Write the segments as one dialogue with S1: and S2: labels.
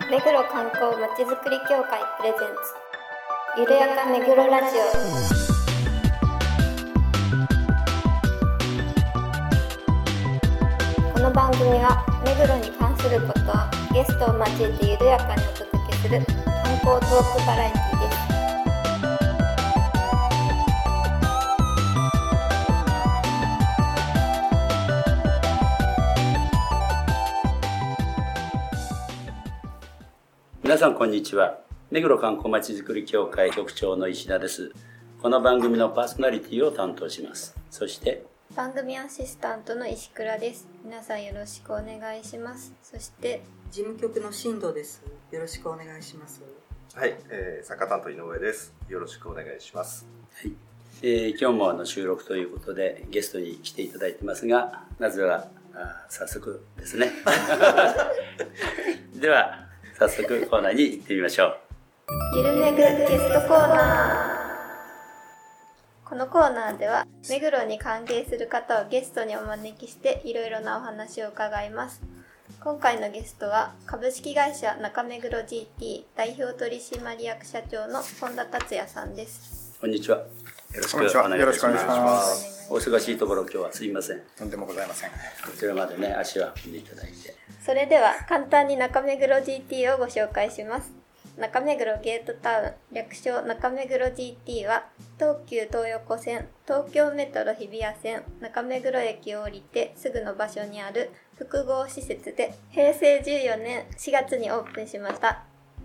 S1: 目黒観光まちづくり協会プレゼンツゆるやか目黒ラジオ。この番組は目黒に関することをゲストを交えてゆるやかにお届けする観光トークバラエティです。
S2: 皆さんこんにちは。目黒観光まちづくり協会局長の石田です。この番組のパーソナリティを担当します。そして
S1: 番組アシスタントの石倉です。皆さんよろしくお願いします。そして
S3: 事務局の進藤です。よろしくお願いします。
S4: はい、作家担当井上です。よろしくお願いします。
S2: はい、今日も収録ということでゲストに来ていただいてますが、まずは早速ですねでは早速コーナーに行ってみましょう。
S1: ゆるめぐゲストコーナー。このコーナーでは目黒に関係する方をゲストにお招きしていろいろなお話を伺います。今回のゲストは株式会社中目黒 GT 代表取締役社長の本田達也さんです。
S2: こんにちは。よろしくお願いします。お忙しいところ今日はすいません。
S5: とんでもございません。こ
S2: ちらまでね足を運んでいただいて。
S1: それでは簡単に中目黒 GT をご紹介します。中目黒ゲートタウン、略称中目黒 GT は東急東横線、東京メトロ日比谷線、中目黒駅を降りてすぐの場所にある複合施設で、平成14年4月にオープンしました。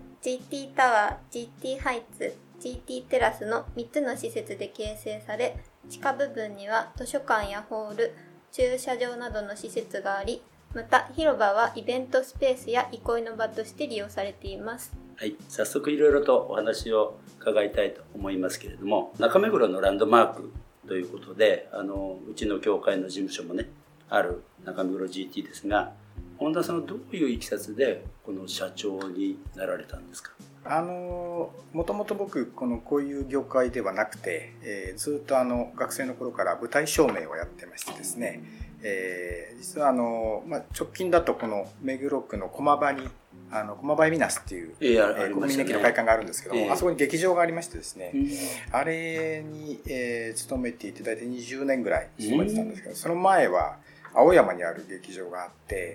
S1: GT タワー、GT ハイツ、GT テラスの3つの施設で形成され、地下部分には図書館やホール、駐車場などの施設があり、また広場はイベントスペースや憩いの場として利用されています。
S2: はい、早速いろいろとお話を伺いたいと思いますけれども、中目黒のランドマークということで、うちの協会の事務所もねある中目黒 GT ですが、本田さんはどういういきさつでこの社長になられたんですか？
S5: もともと僕こういう業界ではなくて、ずっと学生の頃から舞台照明をやってましてですね、実は直近だとこの目黒区の駒場に駒場エミナスっていう、国民年金の会館があるんですけども、あそこに劇場がありましてですね、あれに、勤めていて大体20年ぐらい勤めてたんですけど、その前は青山にある劇場があって、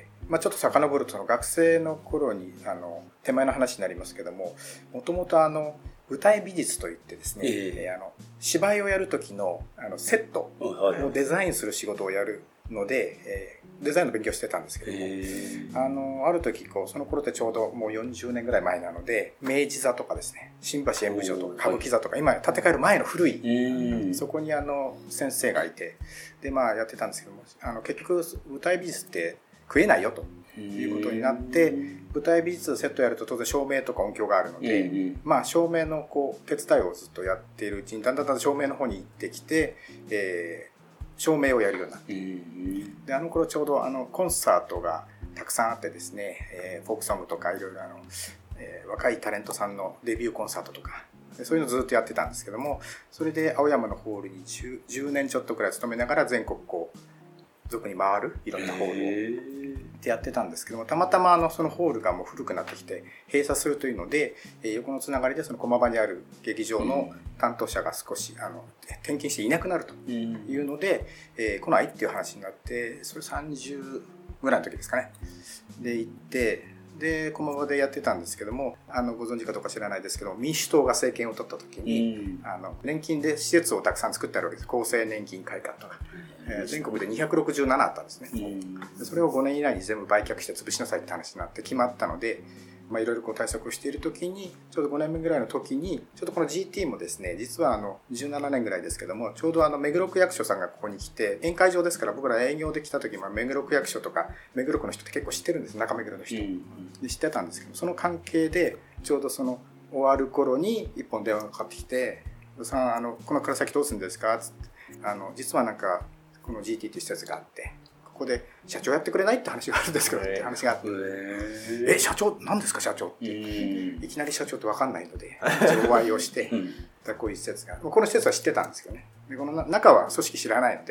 S5: ちょっと遡るとその学生の頃に手前の話になりますけども、もともと舞台美術といってですね、芝居をやる時のセットをデザインする仕事をやるので、デザインの勉強してたんですけども、ある時その頃ってちょうどもう40年ぐらい前なので、明治座とかですね、新橋演舞場とか歌舞伎座とか、今建て替える前の古い、そこに先生がいて、でやってたんですけども、結局舞台美術って食えないよということになって、舞台美術セットやると当然照明とか音響があるので、照明の手伝いをずっとやっているうちにだんだん照明の方に行ってきて、照明をやるようになって、で頃ちょうどコンサートがたくさんあってですね、フォークソングとかいろいろ若いタレントさんのデビューコンサートとか、そういうのをずっとやってたんですけども、それで青山のホールに 10年ちょっとくらい勤めながら全国俗に回るいろんなホールをってやってたんですけども、たまたまそのホールがもう古くなってきて閉鎖するというので、横のつながりでその駒場にある劇場の担当者が少し転勤していなくなるというので、来ないっていう話になって、それ30ぐらいの時ですかね、で行って、で駒場でやってたんですけども、ご存知かどうか知らないですけど、民主党が政権を取った時に、年金で施設をたくさん作ってあるわけです。厚生年金会館とか、全国で267あったんですね。それを5年以内に全部売却して潰しなさいって話になって決まったので、いろいろ対策をしている時に、ちょうど5年目ぐらいの時に、ちょっとこの GT もですね、実は17年ぐらいですけども、ちょうど目黒区役所さんがここに来て、宴会場ですから、僕ら営業で来た時も目黒区役所とか目黒区の人って結構知ってるんです。中目黒の人で知ってたんですけど、その関係でちょうど終わる頃に一本電話がかかってきて、この倉先どうするんですかつって、実はこの GT っていう施設があって、ここで社長やってくれないって話があるんですけどって話があって、社長何ですか社長って、いきなり社長って分かんないのでお会いをしてこういう施設が、この施設は知ってたんですけどね、でこの中は組織知らないので、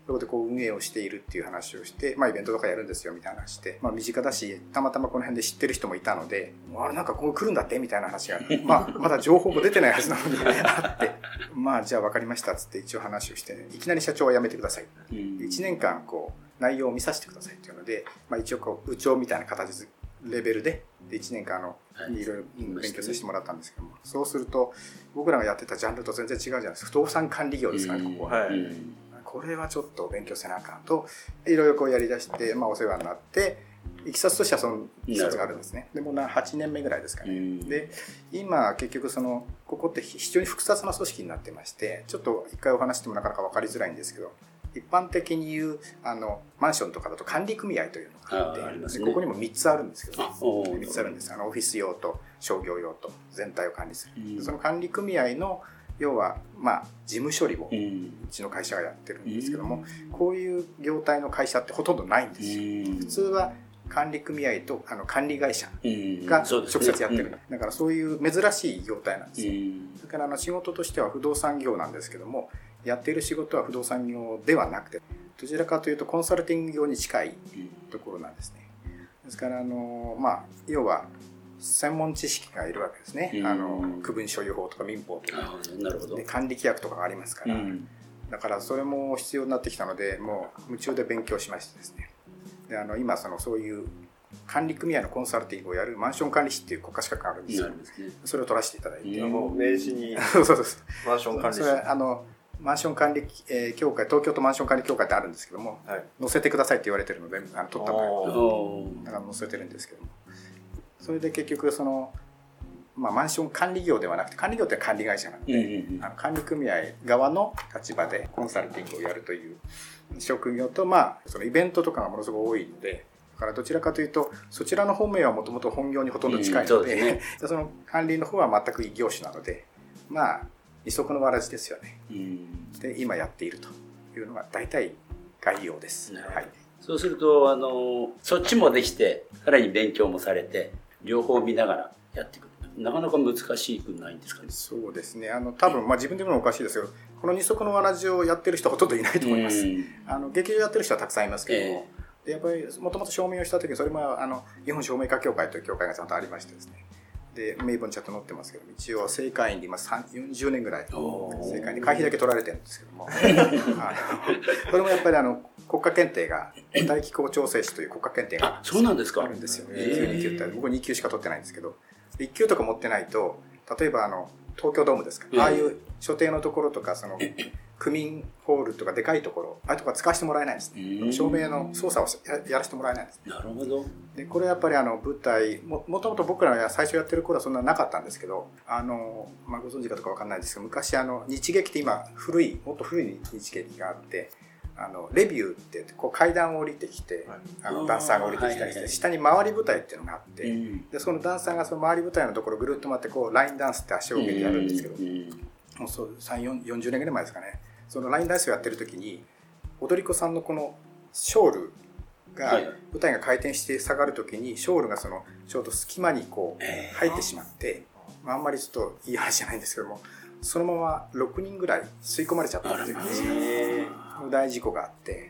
S5: そこでこう運営をしているっていう話をして、イベントとかやるんですよみたいな話で、身近だしたまたまこの辺で知ってる人もいたので、なんかここ来るんだってみたいな話が、まだ情報も出てないはずなのにあって、じゃあ分かりましたっつって一応話をして、いきなり社長は辞めてください。1年間こう内容を見させてくださいっていうので、一応こう部長みたいな形レベルで1年間いろいろ勉強させてもらったんですけども、そうすると僕らがやってたジャンルと全然違うじゃないですか。不動産管理業ですからね、ここは。これはちょっと勉強せなあかんといろいろこうやりだして、お世話になって、いきさつとしてはそのいきさつがあるんですね。でも8年目ぐらいですかね。で今結局ここって非常に複雑な組織になってまして、ちょっと一回お話してもなかなか分かりづらいんですけど、一般的に言うマンションとかだと管理組合というのがあって、ここにも3つあるんですけど、3つあるんです。オフィス用と商業用と全体を管理する。その管理組合の要は事務処理をうちの会社がやってるんですけども、こういう業態の会社ってほとんどないんですよ。普通は管理組合と管理会社が直接やってる、だからそういう珍しい業態なんですよ。だから仕事としては不動産業なんですけども、やっている仕事は不動産業ではなくて、どちらかというとコンサルティング業に近いところなんですね。ですから要は専門知識がいるわけですね。区分所有法とか民法とかで管理規約とかがありますから、だからそれも必要になってきたので、もう夢中で勉強しましてですね。で今そういう管理組合のコンサルティングをやるマンション管理士っていう国家資格があるんですよ。それを取らせていただいて、
S4: もう明治にマンション管理士、
S5: マンション管理協会、東京都マンション管理協会ってあるんですけども、載せてくださいって言われてるので取ったものだから載せてるんですけども、それで結局マンション管理業ではなくて、管理業って管理会社なので、管理組合側の立場でコンサルティングをやるという職業と、そのイベントとかがものすごく多いので、だからどちらかというとそちらの方面はもともと本業にほとんど近いので、その管理の方は全く異業種なので、二足のわらじですよね。で今やっているというのが大体概要です。
S2: そうするとそっちもできて、さらに勉強もされて、両方見ながらやっていく。なかなか難しくないんですかね。
S5: そうですね。多分自分で言うのもおかしいですけど、この二足のわらじをやってる人はほとんどいないと思います。劇場やってる人はたくさんいますけども、やっぱりもともと証明をした時に、それも日本証明家協会という協会がちゃんとありましてですね。で名簿にちゃんと載ってますけど、一応正会員で今40年ぐらい正会員で会費だけ取られてるんですけどもそれもやっぱり国家検定が大気候調整士という国家検定があるんですよ。1級2級って僕2級しか取ってないんですけど、1級とか持ってないと、例えば東京ドームですか、ああいう所定のところとか区民ホールとかでかいところ、ああいうところは使わせてもらえないんですね。照明の操作をやらせてもらえないんですね。
S2: なるほど。で
S5: これやっぱり舞台 もともと僕らが最初やってる頃はそんななかったんですけど、ご存知かとか分かんないですけど、昔日劇って今もっと古い日劇があって、レビューってこう階段を降りてきて、ダンサーが降りてきたりして、下に回り舞台っていうのがあって、でそのダンサーがその回り舞台のところをぐるっと回ってこうラインダンスって足を上げてやるんですけど、もう40年ぐらい前ですかね。そのラインダンスをやってる時に、踊り子さんのこのショールが、舞台が回転して下がる時にショールがちょうど隙間にこう入ってしまって、あんまりちょっといい話じゃないんですけども、そのまま6人ぐらい吸い込まれちゃったっていう感じで大事故があって、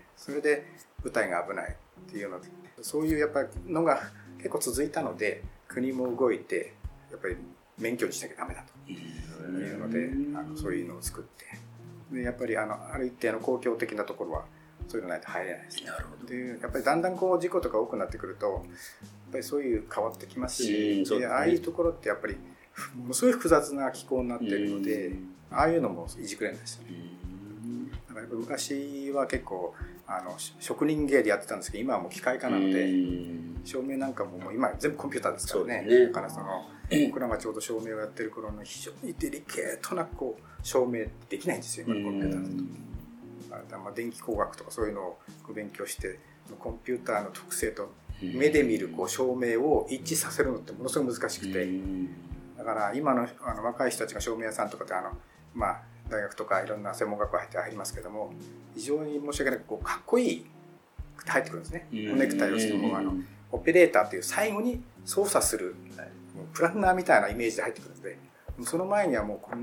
S5: それで舞台が危ないっていうので、そういうやっぱりのが結構続いたので、国も動いてやっぱり免許にしなきゃダメだというので、そういうのを作って、でやっぱりある一定の公共的なところはそういうのないと入れないですね。でやっぱりだんだんこう事故とか多くなってくると、やっぱりそういう変わってきますし、でああいうところってやっぱりものすごい複雑な気候になっているので、ああいうのもいじくれないですよね。だからやっぱ昔は結構職人芸でやってたんですけど、今はもう機械化なので、照明なんかも今全部コンピューターですからね。だから僕らがちょうど照明をやってる頃の非常にデリケートなこう照明できないんですよ、今のコンピューターだと。電気工学とかそういうのを勉強して、コンピューターの特性と目で見るこう照明を一致させるのってものすごく難しくて、だから今の若い人たちが照明屋さんとかって大学とかいろんな専門学校入りますけども、非常に申し訳ないこうかっこいい入ってくるんですね。ネクタイをしてもオペレーターという最後に操作するプランナーみたいなイメージで入ってくるので、その前にはもうこんな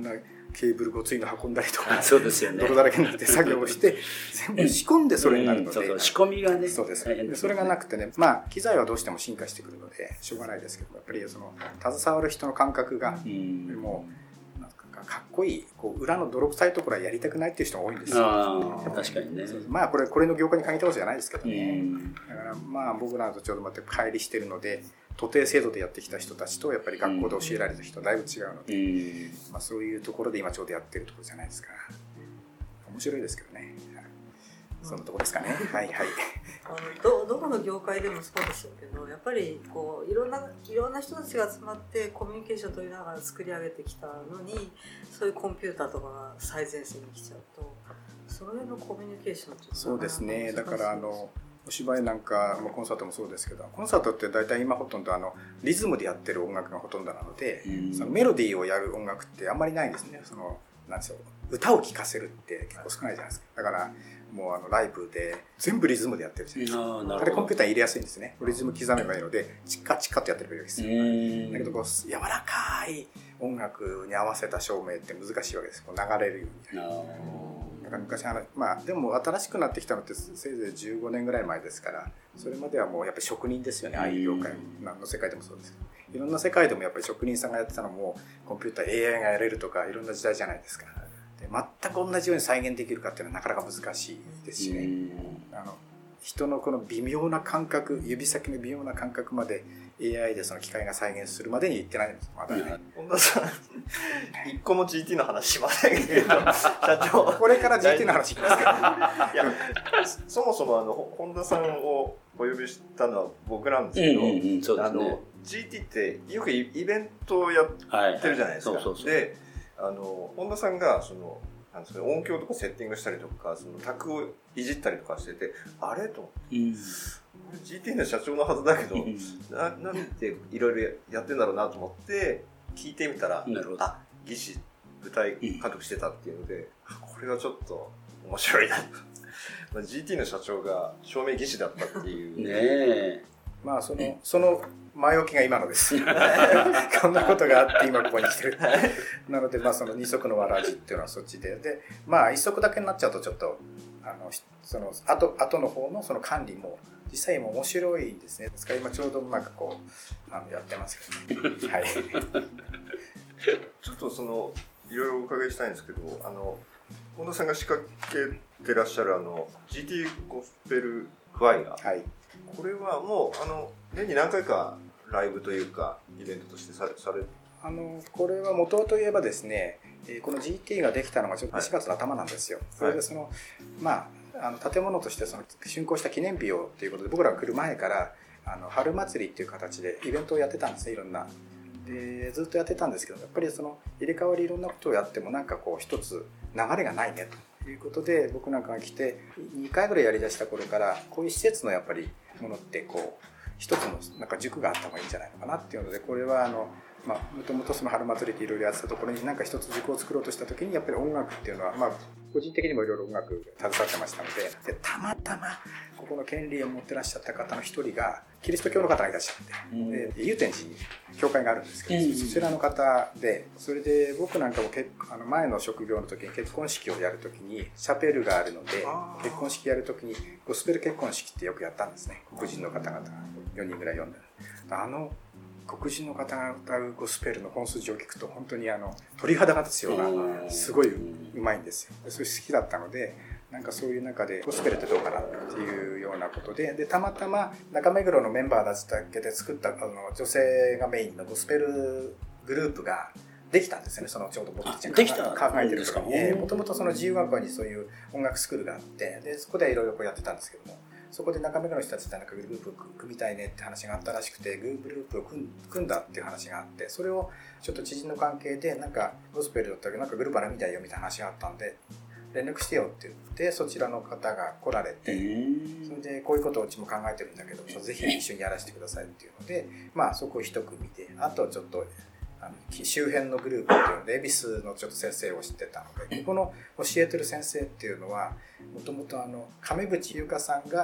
S5: ケーブルごついの運んだりとか、
S2: そうですよね、
S5: 泥だらけになって作業をして全部仕込んでそれになるので、
S2: そう仕込みがね、
S5: そうです。
S2: 大変ですね。
S5: それがなくてね、まあ機材はどうしても進化してくるのでしょうがないですけど、やっぱりその携わる人の感覚がもうなんかっこいい、こう裏の泥臭いところはやりたくないっていう人が多いんですよ。
S2: 確かにね。
S5: まあこれの業界に限ったことじゃないですけどね。だからまあ僕らとちょうどまた乖離してるので、徒弟制度でやってきた人たちとやっぱり学校で教えられた人はだいぶ違うので、まあそういうところで今ちょうどやってるところじゃないですか。面白いですけどね。そのところですかね。はいはい。
S3: どこの業界でもそうでしょうけど、やっぱりこういろんな人たちが集まってコミュニケーション取りながら作り上げてきたのに、そういうコンピューターとかが最前線に来ちゃうと、その辺のコミュニケーションって
S5: そうですね。だからお芝居なんか、コンサートもそうですけど、コンサートって大体今ほとんどリズムでやってる音楽がほとんどなので、そのメロディーをやる音楽ってあんまりないんですね。なんでしょう、歌を聴かせるって結構少ないじゃないですか。だからもうライブで全部リズムでやってるじゃないですか。あれコンピューター入れやすいんですね。リズム刻めばいいのでチッカチッカってやってるわけですよ。だけどこう柔らかい音楽に合わせた照明って難しいわけです。こう流れるように。だから昔まあでも新しくなってきたのってせいぜい15年ぐらい前ですから、それまではもうやっぱり職人ですよね。ああいう業界の世界でもそうですけど、いろんな世界でもやっぱり職人さんがやってたのもコンピューター AI がやれるとかいろんな時代じゃないですか。で全く同じように再現できるかっていうのはなかなか難しいですしね。人のこの微妙な感覚、指先の微妙な感覚まで AI でその機械が再現するまでにいってないんです。まだね。
S4: 本田さん、一個も GT の話しませんけど、社長。
S5: これから GT の話いきますけど。い
S4: や、そもそも本田さんをお呼びしたのは僕なんですけど、GT ってよくイベントをやってるじゃないですか。で、本田さんが音響とかセッティングしたりとか、タクをいじったりとかしてて、あれと思って、GT の社長のはずだけど、なんでいろいろやってんだろうなと思って聞いてみたら、技師舞台監督してたっていうので、これはちょっと面白いなと。GT の社長が照明技師だったっていう
S2: ね。
S5: まあその前置きが今のです。こんなことがあって今ここに来てる。なのでまあその二足のわらじっていうのはそっちで、まあ一足だけになっちゃうとちょっとその後の方のその管理も実際も面白いんですね。ですから今ちょうどなんかこうやってますけどね。はい。
S4: ちょっといろいろお伺いしたいんですけど、本田さんが仕掛けてらっしゃるGT ゴスペルファイア。はい。これはもう年に何回かライブというかイベントとしてされ
S5: これは元といえばですね、この GT ができたのがちょっと4月の頭なんですよ。それでまあ建物として竣工した記念日をということで、僕らが来る前から春祭りっていう形でイベントをやってたんですね。いろんなでずっとやってたんですけど、やっぱり入れ替わりいろんなことをやってもなんかこう一つ流れがないねということで、僕なんかが来て2回ぐらいやりだした頃から、こういう施設のやっぱりものってこう一つのなんか軸があった方がいいんじゃないのかなっていうので、これはもともと春祭りっていろいろやってたところになんか一つ軸を作ろうとした時に、やっぱり音楽っていうのは個人的にもいろいろ音楽携わってましたので、たまたまここの権利を持ってらっしゃった方の一人がキリスト教の方がいらっしゃって、祐天寺に教会があるんですけど、そちらの方で、それで僕なんかも前の職業の時に結婚式をやる時にシャペルがあるので、結婚式やる時にゴスペル結婚式ってよくやったんですね。黒人の方々が4人ぐらい呼んで、黒人の方が歌うゴスペルの本筋を聞くと本当に鳥肌が立つようなすごいうまいんですよ。それ好きだったので、なんかそういう中でゴスペルってどうかなっていうようなことで、たまたま中目黒のメンバーたちだけで作った女性がメインのゴスペルグループができたんですよね。ちょうど僕たちが考えてる時に、もともと自由学校にそういう音楽スクールがあって、でそこでいろいろやってたんですけども、そこで中目黒の人たちでなんかグループを組みたいねって話があったらしくて、グループを組んだっていう話があって、それをちょっと知人の関係でなんかゴスペルだったけどなんかグループあるみたいよみたいな話があったんで、連絡してよって言ってそちらの方が来られて、それでこういうことをうちも考えてるんだけどぜひ一緒にやらせてくださいっていうので、そこを一組で、あとちょっと周辺のグループっていうので恵比寿のちょっと先生を知ってたので、ここの教えてる先生っていうのはもともと亀渕優香さんが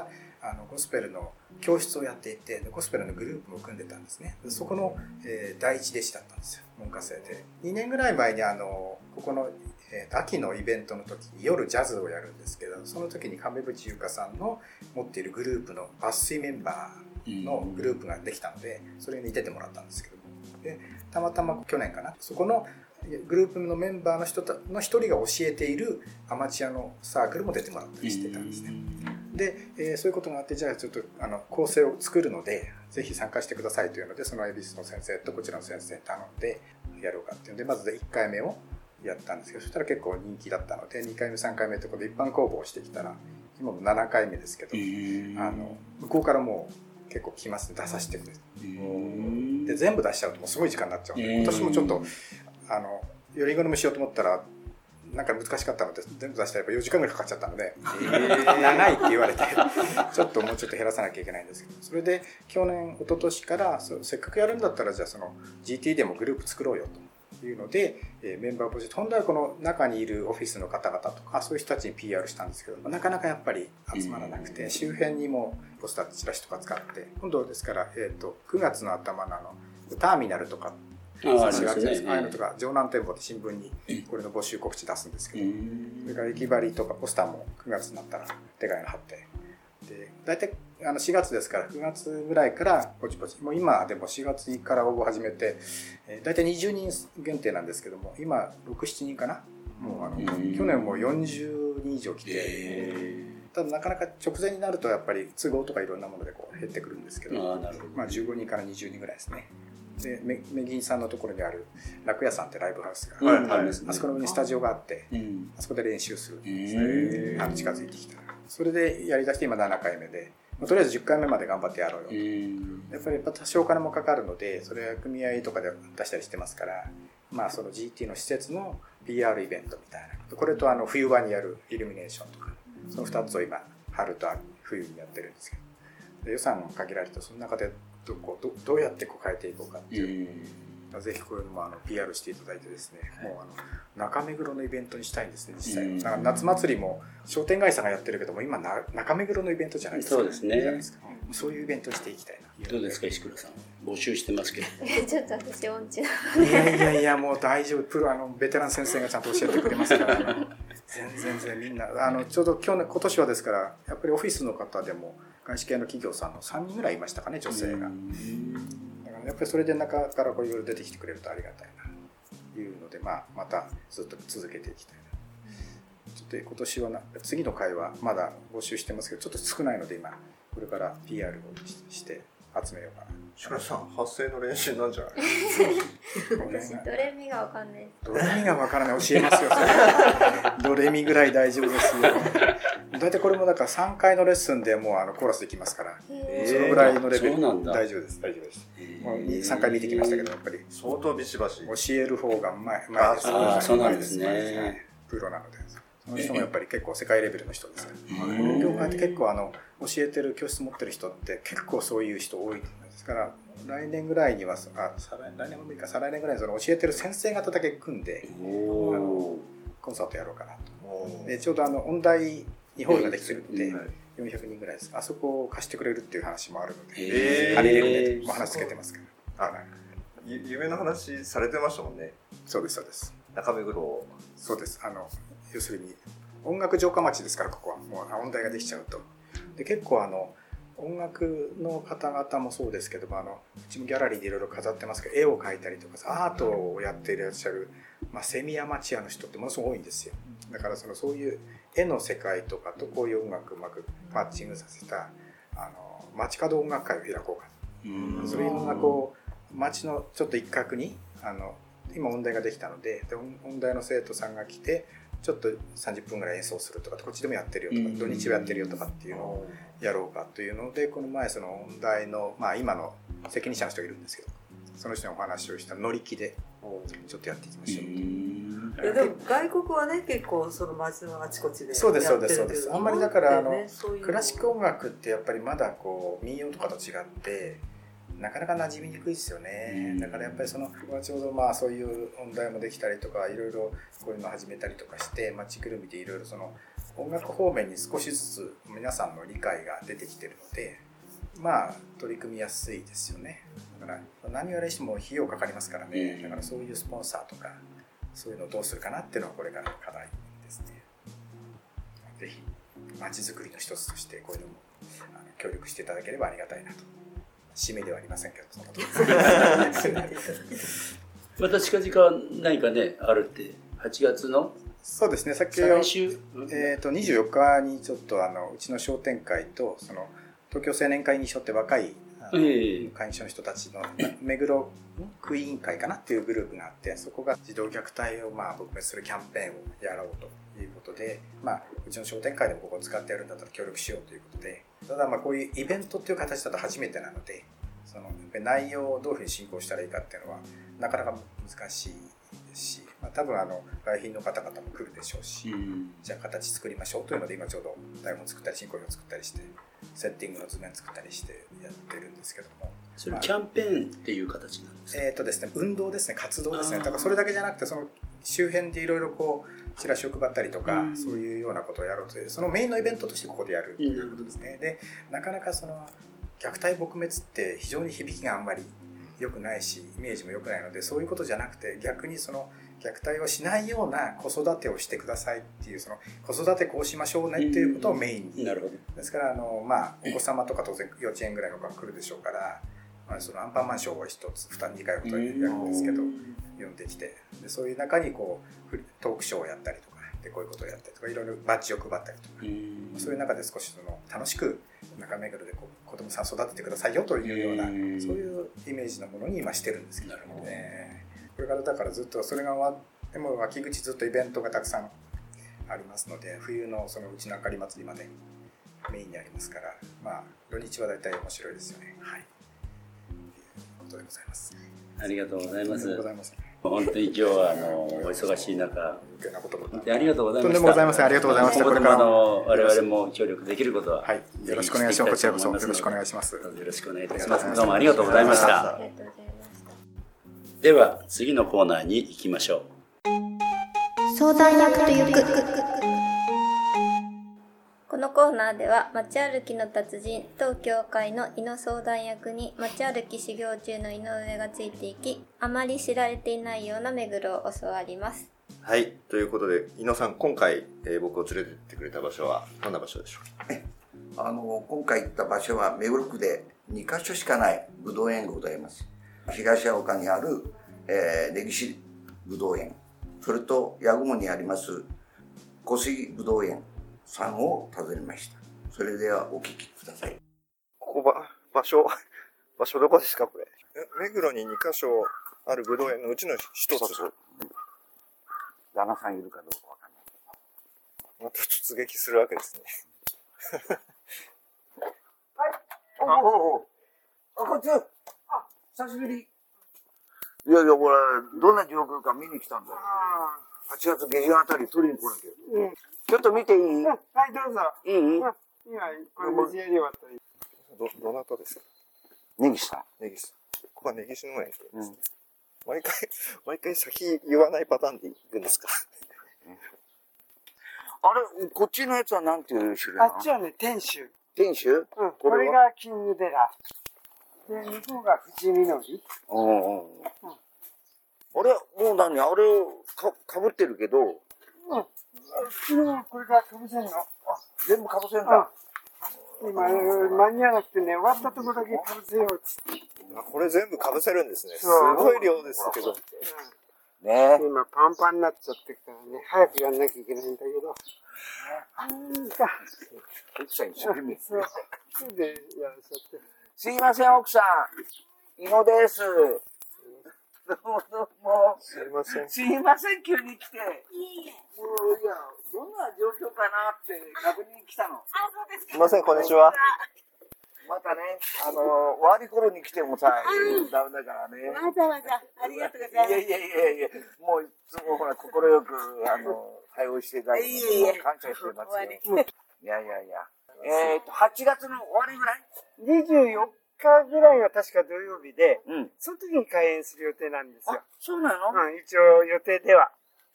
S5: ゴスペルの教室をやっていて、ゴスペルのグループも組んでたんですね。そこの、第一弟子だったんですよ、門下生で。2年ぐらい前にここの、秋のイベントの時に夜ジャズをやるんですけど、その時に亀渕優香さんの持っているグループの抜粋メンバーのグループができたので、それに出てもらったんですけども、でたまたま去年かな、そこのグループのメンバーの人の一人が教えているアマチュアのサークルも出てもらったりしてたんですね。で、そういうことがあって、じゃあちょっと構成を作るのでぜひ参加してくださいというので、その恵比寿の先生とこちらの先生に頼んでやろうかっていうので、まず1回目をやったんですけど、そしたら結構人気だったので2回目3回目ということで一般公募をしてきたら、今も7回目ですけど、向こうからもう結構来ますね、出させてくれて、で全部出しちゃうともうすごい時間になっちゃうので、私もちょっとより好みしようと思ったらなんか難しかったので、全部出したらやっぱ4時間ぐらいかかっちゃったので、長いって言われてちょっともうちょっと減らさなきゃいけないんですけど、それで去年一昨年からせっかくやるんだったら、じゃあその GT でもグループ作ろうよというので、メンバー募集、本来はこの中にいるオフィスの方々とかそういう人たちに PR したんですけど、なかなかやっぱり集まらなくて、周辺にもポスターチラシとか使って、今度ですから、9月の頭のターミナルとかああいうのとか、城南店舗で新聞にこれの募集告知出すんですけど、それから駅張りとかポスターも9月になったら手紙貼って、で大体4月ですから9月ぐらいからポチポチ、もう今でも4月から応募始めて、大体20人限定なんですけども、今 6,7 人かな、もう去年も40人以上来て、ただなかなか直前になるとやっぱり都合とかいろんなものでこう減ってくるんですけど、まあ15人から20人ぐらいですね。でメギンさんのところにある楽屋さんってライブハウスが、あそこの上にスタジオがあって、あそこで練習するんですね、近づいてきたら。それでやりだして今7回目で、とりあえず10回目まで頑張ってやろうよと。やっぱり多少お金もかかるので、それは組合とかで出したりしてますから、まあその GT の施設の PR イベントみたいな、これと冬場にやるイルミネーションとか、その2つを今春と冬にやってるんですけど、予算が限られるとその中でどうやって変えていこうかっていう、ぜひこういうのもPR していただいてですね、もう中目黒のイベントにしたいんですね、実際は。夏祭りも商店街さんがやってるけども、今中目黒のイベントじゃないですか。
S2: そうですね。
S5: そういうイベントにしていきたいな。
S2: どうですか石倉さん、募集してますけど。
S1: ちょっと私音痴なの
S5: で。いやもう大丈夫、プロベテラン先生がちゃんと教えてくれますから、全然みんなちょうど今年はですから、やっぱりオフィスの方でも外資系の企業さんの3人ぐらいいましたかね、女性が。だからやっぱりそれで中からいろいろ出てきてくれるとありがたいなというので、またずっと続けていきたいな。ちょっと今年は次の回はまだ募集してますけど、ちょっと少ないので今これから PR をして集めようかな。
S4: しかしさん発声の練習なんじゃない？
S1: 私ドレミがわかんない。
S5: ドレミがわからない、教えますよそれ。ドレミぐらい大丈夫ですよ。だいたいこれもだから3回のレッスンでもうコーラスできますから、そのぐらいのレベル。大丈夫です。もう3回見てきましたけど、やっぱり
S4: 相当ビシバシ
S5: 教える方が前です。
S2: そうなんですね。
S5: プロなので、その人もやっぱり結構世界レベルの人ですから。この業界って結構教えてる教室持ってる人って結構そういう人多いですから、来年ぐらいには来年も無理か、再来年ぐらいにその教えてる先生方だけ組んでコンサートやろうかなと。でちょうど音大にホールができてるので400人ぐらいです。あそこを貸してくれるっていう話もあるので、借りれるねと話つけてますから。
S4: 夢の話されてましたもんね。
S5: そうです
S4: 中目黒。
S5: そうです。要するに音楽城下町ですから、ここはもう音大ができちゃうと。で結構音楽の方々もそうですけども、うちもギャラリーでいろいろ飾ってますけど、絵を描いたりとかアートをやっていらっしゃる、セミアマチュアの人ってものすごい多いんですよ。だからそういう絵の世界とかとこういう音楽うまくマッチングさせた街角音楽会を開こうかと。それいろんな街のちょっと一角に今音大ができたので、音大の生徒さんが来てちょっと30分ぐらい演奏するとか、こっちでもやってるよとか、土日はやってるよとかっていうのをやろうかというので、この前その音大の、今の責任者の人がいるんですけど、その人にお話をした乗り気でちょっとやっていきましょうと。
S3: でも外国はね、結構その街のあちこちでやってる。
S5: そうですあんまりだからクラシック音楽ってやっぱりまだ民謡とかと違ってなかなか馴染みにくいですよね。だからやっぱりちょうどそういう音大もできたりとか、いろいろこういうの始めたりとかして、街ぐるみでいろいろ音楽方面に少しずつ皆さんの理解が出てきているので、まあ取り組みやすいですよね。だから何をやらしても費用かかりますからね。だからそういうスポンサーとかそういうのをどうするかなっていうのはこれからの課題ですね。ぜひ街づくりの一つとしてこういうのも協力していただければありがたいなと。締めではありませんけど、そのことです
S2: また近々何かねあるって8月の
S5: そうですね、さっき24日にちょっとうちの商店会とその東京青年会議所って若い会員所の人たちの目黒区委員会かなっていうグループがあって、そこが児童虐待を撲滅するキャンペーンをやろうということで、うちの商店会でもここを使ってやるんだったら協力しようということで、ただこういうイベントっていう形だと初めてなので、そのやっぱり内容をどういうふうに進行したらいいかっていうのはなかなか難しいですし、多分来賓の方々も来るでしょうし、じゃあ形作りましょうというので今ちょうど台本作ったり進行表作ったりしてセッティングの図面作ったりしてやってるんですけども、
S2: それキャンペーンっていう形なんですか？
S5: ですね、運動ですね、活動ですね。だからそれだけじゃなくてその周辺でいろいろこうチラシを配ったりとか、そういうようなことをやろうという、そのメインのイベントとしてここでやるということですね。でなかなかその虐待撲滅って非常に響きがあんまり良くないしイメージも良くないので、そういうことじゃなくて逆にその虐待をしないような子育てをしてくださいっていう、その子育てこうしましょうねっていうことをメインに、
S2: なるほど。
S5: ですからお子様とか当然幼稚園ぐらいの子が来るでしょうから、そのアンパンマンショーを一つ2回ほどやるんですけど呼んできて、でそういう中にこうトークショーをやったりとかでこういうことをやったりとかいろいろバッジを配ったりとか、そういう中で少しその楽しく中目黒で子供さん育ててくださいよというようなそういうイメージのものに今してるんですけどもね。これからだからずっとそれが終わっても秋口ずっとイベントがたくさんありますので、冬のそのうちのあかり祭りまでメインにありますから、土日はだいたい面白いですよね。はい。ということでございます。
S2: ありがとうございます。
S5: 本
S2: 当に今日はお忙しい中、ありがとうございました。
S5: とんでもございません。ありがとうございました。
S2: これから我々も協力できることは、
S5: よろしくお願いします。こちらこそよろしくお願いします。
S2: よろしくお願いいたします。どうもありがとうございました。
S1: ありがとうございました。
S2: では次のコーナーに行きましょ
S1: う。相談役と行く。このコーナーでは街歩きの達人当協会の井野相談役に街歩き修行中の井上がついていき、あまり知られていないような目黒を教わります。
S4: はい、ということで井野さん、今回、僕を連れてってくれた場所はどんな場所でしょうか？
S6: 今回行った場所は目黒区で2カ所しかないぶどう園がございます。東八丘にある、根岸ぶどう園、それと八雲にあります小杉ぶどう園さんを訪ねました。それではお聞きください。
S4: ここ場所どこですかこれ？目黒に2カ所あるぶどう園のうちの一つ。
S6: 旦那さんいるかどうかわかんない。
S4: また突撃するわけですね。
S6: はい。こっち。久しぶり。いやいや、これどんな状況か見に来たんだよ。8月下旬あたり取りに来なきゃ。ちょっと見ていい？はい、
S7: どうぞ。
S6: いい？
S7: 今、これ水やり終わったらいい。
S4: どなたですか？
S6: 根岸さん。
S4: 根岸さん。ここは根岸農園ですね。毎回先言わないパターンで行くんですか？
S6: あれ、こっちのやつはなんていう種類なの？
S7: あっちはね、天守。
S6: 天守？
S7: これがキングデラ。で、向こうが富士みのり。
S6: あれ、もうあれをかぶってるけど。
S7: 昨日これからかぶせんの。
S6: 全部かぶせんだ。
S7: 今、間に合わなくてね、終わったところだけかぶせようっつって。
S4: これ全部かぶせるんですね。すごい量ですけど。
S6: ね、
S7: 今パンパンになっちゃってるからね、早くやんなきゃいけないんだけど。
S6: 奥さん一生懸命。
S7: そうでやらせちゃって。
S6: すいません、奥さん。井野です。どうも。
S4: すいません。
S6: すいません、急に来て。いや、どんな状況かなって確認に来たの。
S7: そうですか。
S4: すいません、こんにちは。
S6: またね、終わり頃に来てもさ、ダメだからね。
S7: わざわざ、ありがとうございます。
S6: いや、もういつもほら、心よく、対応していただいて、感謝してますよ。いや。8月の終わりぐらい
S7: 24日ぐらいが確か土曜日で、その時に開園する予定なんですよ。
S6: そうなの？
S7: 一応予定では。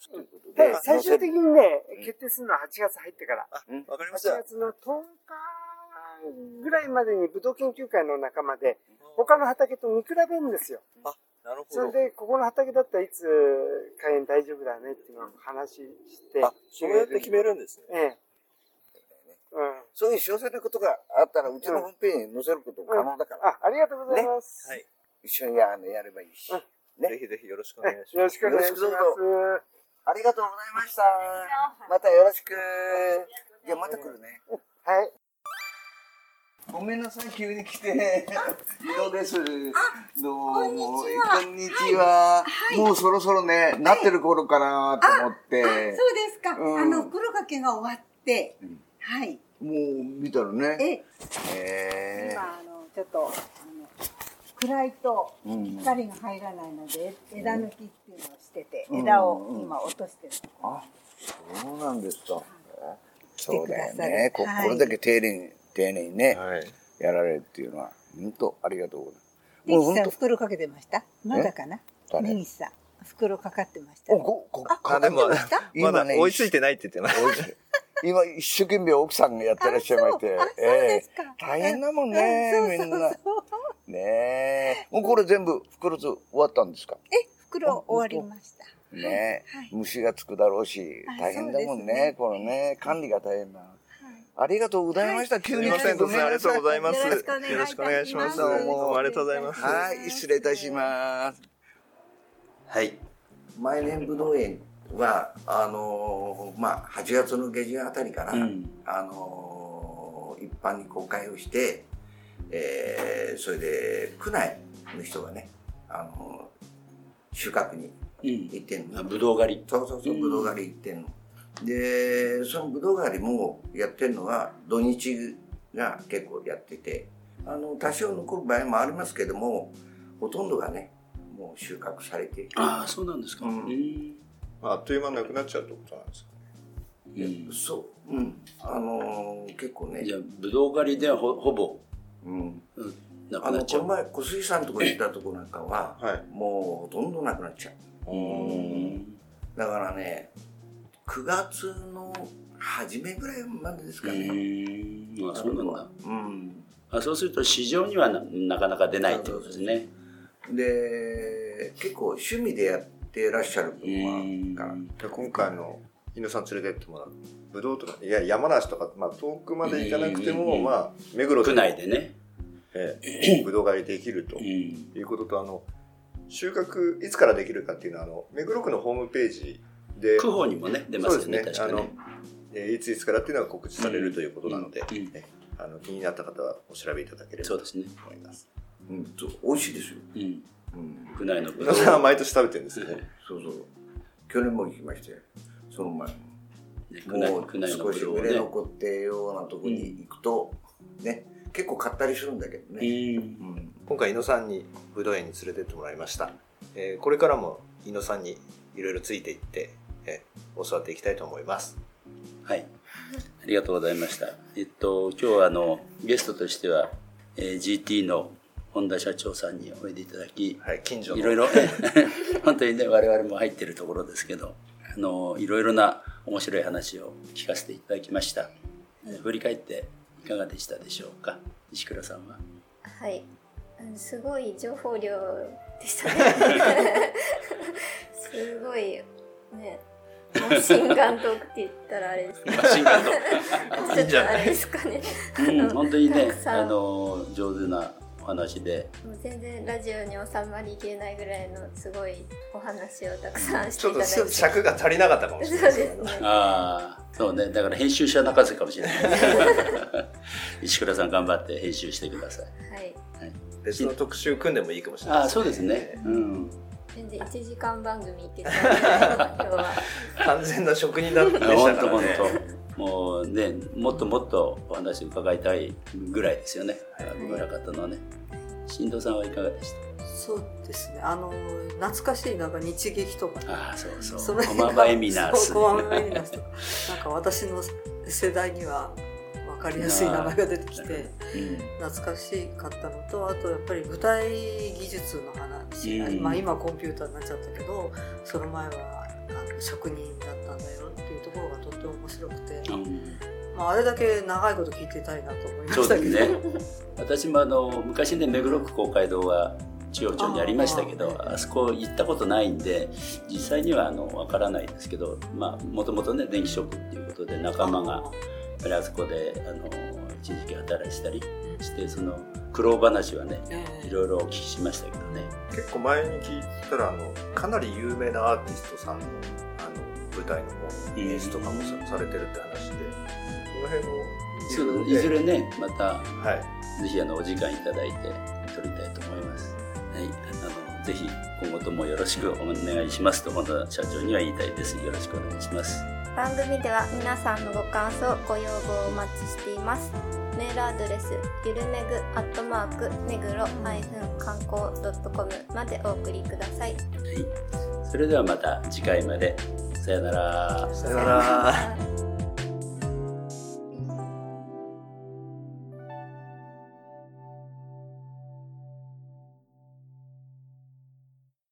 S7: ということで、最終的にね、決定するのは8月入ってから。
S4: わかりました。
S7: 8月の10日ぐらいまでにブドウ研究会の仲間で、他の畑と見比べるんですよ。
S4: なるほど。
S7: それで、ここの畑だったらいつ開園大丈夫だねっていうのを話して。
S4: そうやって決めるんですね。
S6: そういう詳細なことがあったら、うちのホームページに載せることも可能だから。
S7: ありがとうございます。
S6: はい。一緒にやればいいし。
S4: ぜひぜひよろしくお願いします。
S7: よろしくお願いします。
S6: ありがとうございました。またよろしく。じゃあまた来るね。
S7: はい。
S6: ごめんなさい、急に来て。どうです。どうも。こんにちは。もうそろそろね、なってる頃かなと思って。
S8: そうですか。袋掛けが終わって、はい。
S6: もう見たらね。
S8: 今、ちょっと、暗いと光が入らないので、枝抜きっていうのをしてて、枝を今落としてる。
S6: そうなんですか。そうだよね。これだけ丁寧にね、やられるっていうのは、本当ありがとうございます。
S8: ネギさん、袋かけてました？まだかな？ネギさん、袋かかってました。
S4: でも、まだ追いついてないって言ってます。
S6: 今、一生懸命奥さんがやってらっしゃいまして。大変だもんね、みんな。ねえ。もうこれ全部、袋終わったんですか？
S8: 袋終わりました。
S6: ねえ。虫がつくだろうし、大変だもんね、このね、管理が大変な。ありがとうございました。
S4: 急に来てごめんなさい。ありがとうございます。よろしくお願いします。どうもありがとうございます。
S6: はい、失礼いたします。
S2: はい。
S6: 毎年ぶどう園は、8月の下旬あたりから、一般に公開をして、それで、区内の人がね、収穫に行ってんの。
S2: ぶどう狩り。
S6: そう、ぶどう狩り行ってんの。で、そのぶどう狩りもやってるのは土日が結構やってて、多少残る場合もありますけども、ほとんどがね、もう収穫されて。
S2: ああ、そうなんですか。
S4: あっという間なくなっちゃうってことなんですか
S6: ね。そう。結構ね。
S2: じゃあ、ぶどう狩りではほぼ、なくなっちゃう。
S6: この前、小杉さんのところに行ったとこなんかは、もうほとんどなくなっちゃう。だからね、9月の初めぐらいまでですかね。
S2: そうなんだ。そうすると市場にはなかなか出ないってことですね。
S6: で、結構趣味でやってらっしゃる分は
S4: 今回日野さん連れてってもらうぶどうとか、いや山梨とか、遠くまで行かなくても、目黒
S2: 区内でね、
S4: ぶどう狩りできるということと、収穫いつからできるかっていうのは目黒区のホームページで
S2: 区報にもね出ますよね。確かね。
S4: いつからっていうのが告知されるということなので、気になった方はお調べいただければと思います。
S6: 美味しいですよ。
S2: 区内のぶ
S4: どう。皆さんは毎年食べてるんですね。
S6: そう。去年も行きまして、その前もう少し売れ残っているようなところに行くとね、結構買ったりするんだけどね。
S4: 今回井野さんにぶどう園に連れてってもらいました。これからも井野さんにいろいろついていって教わっていきたいと思います。
S2: はい、ありがとうございました。今日はゲストとしては、GT の本田社長さんにおいでいただき、
S4: 近所の
S2: いろいろ本当にね我々も入ってるところですけど、いろいろな面白い話を聞かせていただきました。振り返っていかがでしたでしょうか、石倉さんは。
S1: はい、すごい情報量でしたね。すごいね。マシンガントークって言ったらあれですね。
S2: マシンガントーク。
S1: ちょっとあれですかね。
S2: 本当にね、上手なお話で。
S1: もう全然ラジオに収まりきれないぐらいのすごいお話をたくさんしていただいて。
S4: ちょっと尺が足りなかったかもしれないですね。
S2: そうね。だから編集者泣かせかもしれない。石倉さん頑張って編集してください。
S1: はい。
S4: 別の特集組んでもいいかもしれないですね。
S2: そうですね。
S1: 全然1時間番組いけたんじゃないか今日は。
S4: 完全な職人だったでしたからね。
S2: もうね、もっともっとお話伺いたいぐらいですよね。村方のね。新藤さんはいかがでした？
S3: そうですね。懐かしいなんか日劇とか、ね。
S2: そう。駒場エミナース。
S3: 駒場エミナースとか。なんか私の世代には分かりやすい名前が出てきて、懐かしかったのと、あとやっぱり舞台技術の話。今コンピューターになっちゃったけど、その前は職人だったんだよっていうところがとっても面白くて、あれだけ長いこと聞いてたいなと思いましたけど。
S2: そうですね。私も昔ね、目黒区公会堂は中央町にありましたけど、あそこ行ったことないんで実際にはわからないですけど、もともとね電気ショップっていうことで仲間がやっぱりあそこで一時期働いてたりして、その苦労話はね、いろいろお聞きしましたけどね。
S4: 結構前に聞いたらかなり有名なアーティストさんの舞台の演出とかもされてるって話で、
S2: その辺のいずれねまた、ぜひお時間いただいて撮りたいと思います。はい、ぜひ今後ともよろしくお願いしますと本田社長には言いたいです。よろしくお願いします。
S1: 番組では皆さんのご感想ご要望をお待ちしています。メールアドレスゆるめぐ目黒観光.com までお送りください。はい、
S2: それではまた次回まで。さよなら。
S3: さよなら。